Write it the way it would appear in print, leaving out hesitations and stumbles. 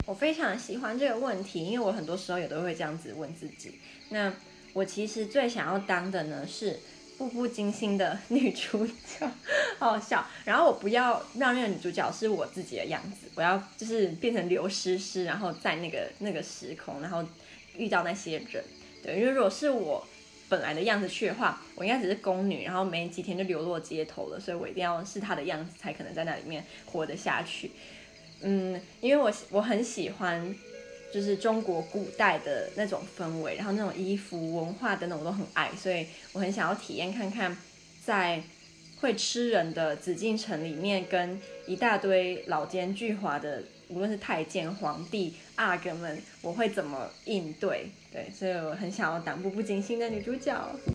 我非常喜欢这个问题，因为我很多时候也都会这样子问自己。那我其实最想要当的呢是步步惊心的女主角，好好笑。然后我不要让那个女主角是我自己的样子，我要就是变成刘诗诗，然后在那个时空，然后遇到那些人。对，因为如果是我本来的样子去的话，我应该只是宫女，然后没几天就流落街头了，所以我一定要是她的样子，才可能在那里面活得下去。因为我很喜欢就是中国古代的那种氛围，然后那种衣服文化等等我都很爱，所以我很想要体验看看，在会吃人的紫禁城里面，跟一大堆老奸巨猾的，无论是太监、皇帝、阿哥们，我会怎么应对？对，所以我很想要当步步惊心的女主角。